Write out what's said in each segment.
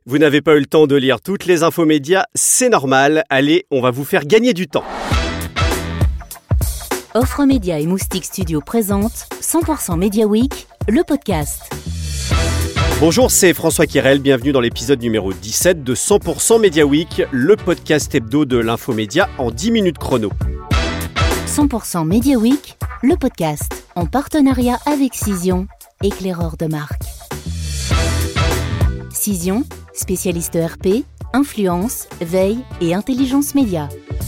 Vous n'avez pas eu le temps de lire toutes les infos médias, c'est normal. Allez, on va vous faire gagner du temps. Offre Média et Moustique Studio présente 100% Media Week, le podcast. Bonjour, c'est François Kirel, bienvenue dans l'épisode numéro 17 de 100% Media Week, le podcast hebdo de l'infomédia en 10 minutes chrono. 100% Media Week, le podcast, en partenariat avec Cision, éclaireur de marque. Cision, spécialiste ERP, influence, veille et intelligence média.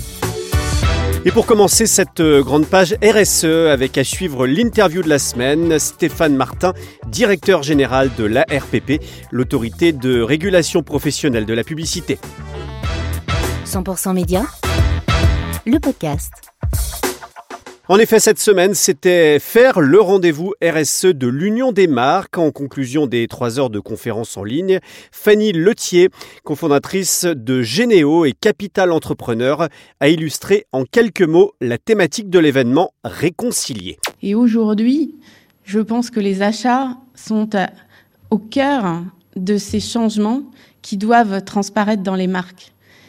Et pour commencer cette grande page RSE avec à suivre l'interview de la semaine, Stéphane Martin, directeur général de l'ARPP, l'autorité de régulation professionnelle de la publicité. 100% Média, le podcast. En effet, cette semaine, c'était faire le rendez-vous RSE de l'Union des marques. En conclusion des 3 heures de conférence en ligne, Fanny Letier, cofondatrice de Généo et Capital Entrepreneur, a illustré en quelques mots la thématique de l'événement réconcilié. Et aujourd'hui, je pense que les achats sont au cœur de ces changements qui doivent transparaître dans les marques.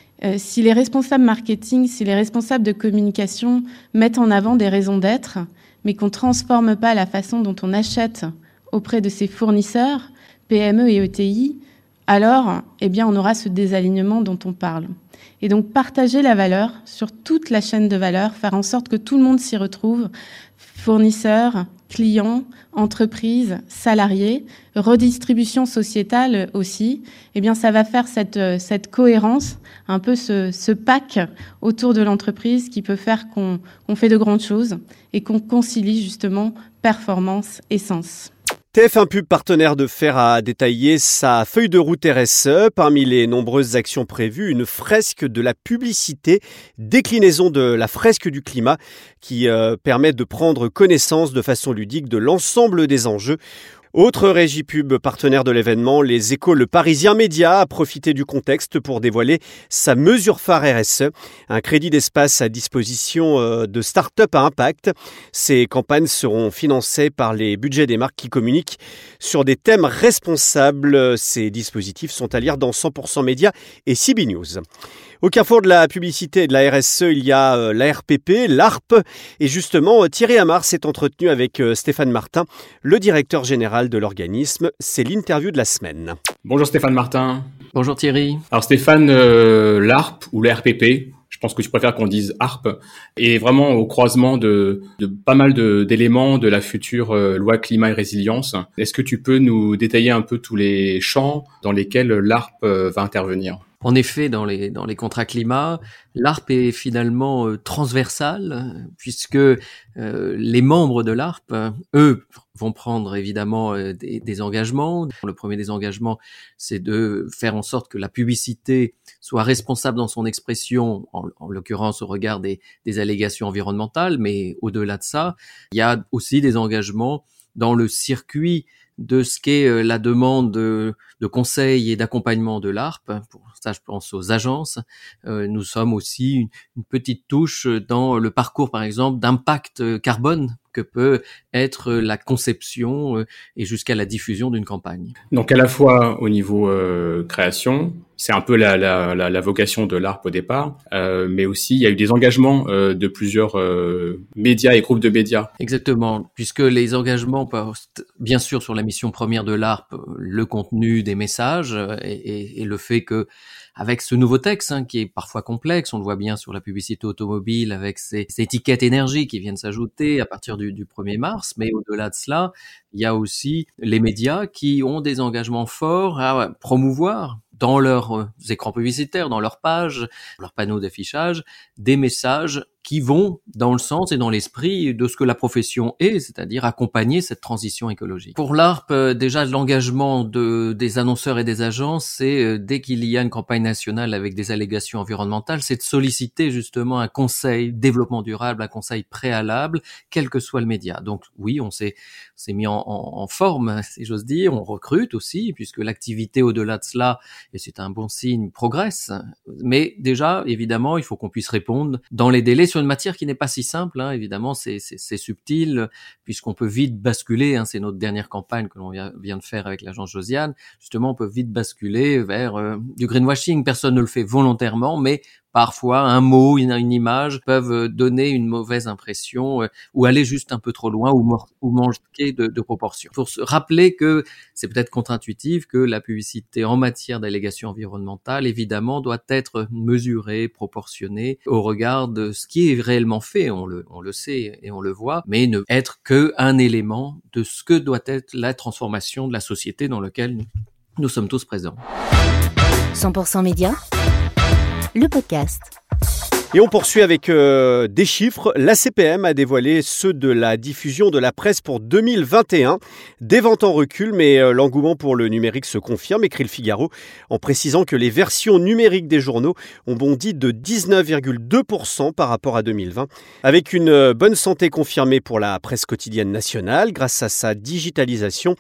Si les responsables marketing, si les responsables de communication mettent en avant des raisons d'être, mais qu'on ne transforme pas la façon dont on achète auprès de ses fournisseurs, PME et ETI, alors on aura ce désalignement dont on parle. Et donc partager la valeur sur toute la chaîne de valeur, faire en sorte que tout le monde s'y retrouve, fournisseurs, clients, entreprises, salariés, redistribution sociétale aussi, ça va faire cette cohérence, un peu ce pack autour de l'entreprise qui peut faire qu'on fait de grandes choses et qu'on concilie justement performance et sens. TF1 Pub, partenaire de Fer, a détaillé sa feuille de route RSE. Parmi les nombreuses actions prévues, une fresque de la publicité, déclinaison de la fresque du climat, qui permet de prendre connaissance de façon ludique de l'ensemble des enjeux. Autre régie pub partenaire de l'événement, Les Échos, le Parisien Média a profité du contexte pour dévoiler sa mesure phare RSE, un crédit d'espace à disposition de start-up à impact. Ces campagnes seront financées par les budgets des marques qui communiquent sur des thèmes responsables. Ces dispositifs sont à lire dans 100% Média et CB News. Au carrefour de la publicité et de la RSE, il y a l'ARPP, l'ARP. Et justement, Thierry Amar s'est entretenu avec Stéphane Martin, le directeur général de l'organisme. C'est l'interview de la semaine. Bonjour Stéphane Martin. Bonjour Thierry. Alors Stéphane, l'ARP ou l'ARPP, je pense que tu préfères qu'on dise ARP, est vraiment au croisement de pas mal d'éléments de la future loi climat et résilience. Est-ce que tu peux nous détailler un peu tous les champs dans lesquels l'ARP va intervenir ? En effet, dans les contrats climat, l'ARP est finalement transversale, puisque les membres de l'ARP, eux, vont prendre évidemment des engagements. Le premier des engagements, c'est de faire en sorte que la publicité soit responsable dans son expression, en l'occurrence au regard des allégations environnementales, mais au-delà de ça, il y a aussi des engagements dans le circuit de ce qu'est la demande de conseil et d'accompagnement de l'ARP. Pour ça, je pense aux agences. Nous sommes aussi une petite touche dans le parcours, par exemple, d'impact carbone que peut être la conception et jusqu'à la diffusion d'une campagne. Donc à la fois au niveau création, c'est un peu la vocation de l'ARP au départ, mais aussi il y a eu des engagements de plusieurs médias et groupes de médias. Exactement, puisque les engagements portent bien sûr sur la mission première de l'ARP, le contenu des messages et le fait que avec ce nouveau texte qui est parfois complexe, on le voit bien sur la publicité automobile avec ces étiquettes énergie qui viennent s'ajouter à partir du 1er mars, mais au-delà de cela, il y a aussi les médias qui ont des engagements forts à promouvoir dans leurs écrans publicitaires, dans leurs pages, leurs panneaux d'affichage, des messages qui vont dans le sens et dans l'esprit de ce que la profession est, c'est-à-dire accompagner cette transition écologique. Pour l'ARP, déjà l'engagement des annonceurs et des agences, c'est dès qu'il y a une campagne nationale avec des allégations environnementales, c'est de solliciter justement un conseil développement durable, un conseil préalable, quel que soit le média. Donc oui, on s'est mis en forme, si j'ose dire, on recrute aussi, puisque l'activité au-delà de cela, et c'est un bon signe, progresse. Mais déjà, évidemment, il faut qu'on puisse répondre dans les délais, sur une matière qui n'est pas si simple, hein. Évidemment, c'est subtil, puisqu'on peut vite basculer, hein, c'est notre dernière campagne que l'on vient de faire avec l'agence Josiane. Justement, on peut vite basculer vers du greenwashing. Personne ne le fait volontairement, mais parfois, un mot, une image peuvent donner une mauvaise impression ou aller juste un peu trop loin ou manquer de proportion. Il faut se rappeler que c'est peut-être contre-intuitif que la publicité en matière d'allégations environnementales, évidemment, doit être mesurée, proportionnée au regard de ce qui est réellement fait. On le sait et on le voit, mais ne être qu'un élément de ce que doit être la transformation de la société dans laquelle nous sommes tous présents. 100% Média, le podcast. Et on poursuit avec des chiffres. L'ACPM a dévoilé ceux de la diffusion de la presse pour 2021. Des ventes en recul, mais l'engouement pour le numérique se confirme, écrit le Figaro, en précisant que les versions numériques des journaux ont bondi de 19,2% par rapport à 2020, avec une bonne santé confirmée pour la presse quotidienne nationale. Grâce à sa digitalisation,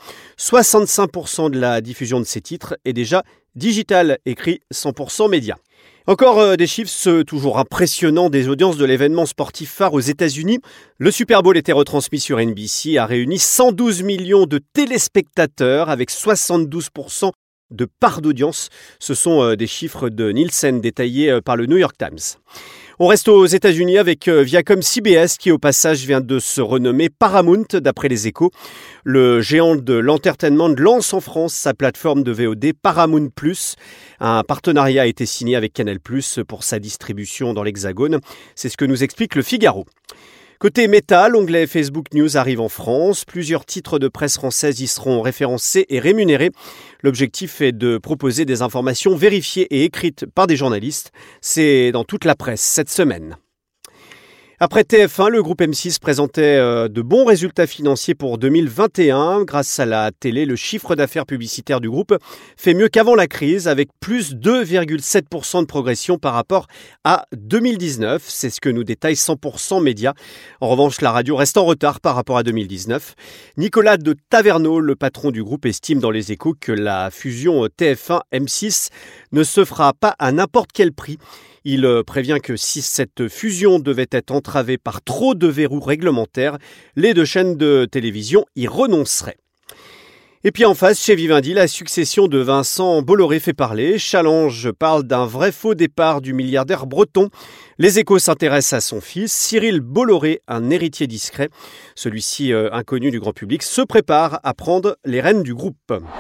65% de la diffusion de ces titres est déjà digitale, écrit 100% Média. Encore des chiffres toujours impressionnants des audiences de l'événement sportif phare aux États-Unis. Le Super Bowl était retransmis sur NBC, a réuni 112 millions de téléspectateurs avec 72% de part d'audience. Ce sont des chiffres de Nielsen détaillés par le New York Times. On reste aux États-Unis avec Viacom CBS qui au passage vient de se renommer Paramount d'après les Échos. Le géant de l'entertainment lance en France sa plateforme de VOD Paramount+. Un partenariat a été signé avec Canal+ pour sa distribution dans l'Hexagone. C'est ce que nous explique le Figaro. Côté méta, l'onglet Facebook News arrive en France. Plusieurs titres de presse française y seront référencés et rémunérés. L'objectif est de proposer des informations vérifiées et écrites par des journalistes. C'est dans toute la presse cette semaine. Après TF1, le groupe M6 présentait de bons résultats financiers pour 2021. Grâce à la télé, le chiffre d'affaires publicitaire du groupe fait mieux qu'avant la crise, avec plus 2,7% de progression par rapport à 2019. C'est ce que nous détaille 100% Média. En revanche, la radio reste en retard par rapport à 2019. Nicolas de Taverneau, le patron du groupe, estime dans Les Échos que la fusion TF1-M6 ne se fera pas à n'importe quel prix. Il prévient que si cette fusion devait être entravée par trop de verrous réglementaires, les deux chaînes de télévision y renonceraient. Et puis en face, chez Vivendi, la succession de Vincent Bolloré fait parler. Challenge parle d'un vrai faux départ du milliardaire breton. Les Échos s'intéressent à son fils, Cyril Bolloré, un héritier discret. Celui-ci, inconnu du grand public, se prépare à prendre les rênes du groupe.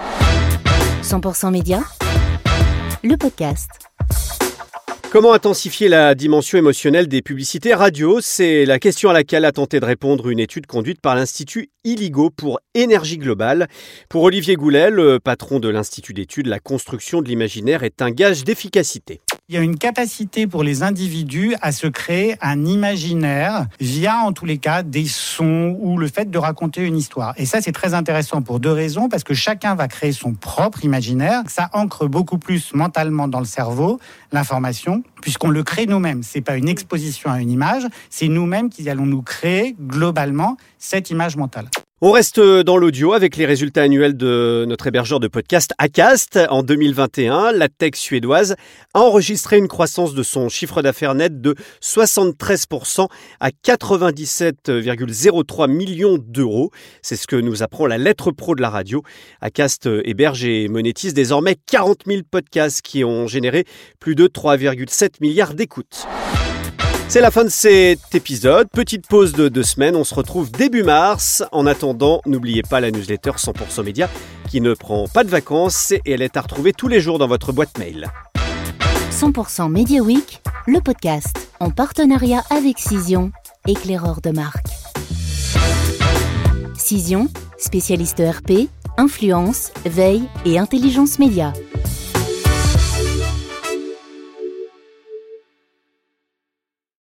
100% Média, le podcast. Comment intensifier la dimension émotionnelle des publicités radio ? C'est la question à laquelle a tenté de répondre une étude conduite par l'Institut Illigo pour Énergie Globale. Pour Olivier Goulet, le patron de l'Institut d'études, la construction de l'imaginaire est un gage d'efficacité. Il y a une capacité pour les individus à se créer un imaginaire via, en tous les cas, des sons ou le fait de raconter une histoire. Et ça, c'est très intéressant pour deux raisons, parce que chacun va créer son propre imaginaire. Ça ancre beaucoup plus mentalement dans le cerveau l'information, puisqu'on le crée nous-mêmes. C'est pas une exposition à une image, c'est nous-mêmes qui allons nous créer globalement cette image mentale. On reste dans l'audio avec les résultats annuels de notre hébergeur de podcast Acast. En 2021, la tech suédoise a enregistré une croissance de son chiffre d'affaires net de 73% à 97,03 millions d'euros. C'est ce que nous apprend la lettre pro de la radio. Acast héberge et monétise désormais 40 000 podcasts qui ont généré plus de 3,7 milliards d'écoutes. C'est la fin de cet épisode. Petite pause de 2 semaines. On se retrouve début mars. En attendant, n'oubliez pas la newsletter 100% Média qui ne prend pas de vacances et elle est à retrouver tous les jours dans votre boîte mail. 100% Media Week, le podcast en partenariat avec Cision, éclaireur de marque. Cision, spécialiste ERP, influence, veille et intelligence média.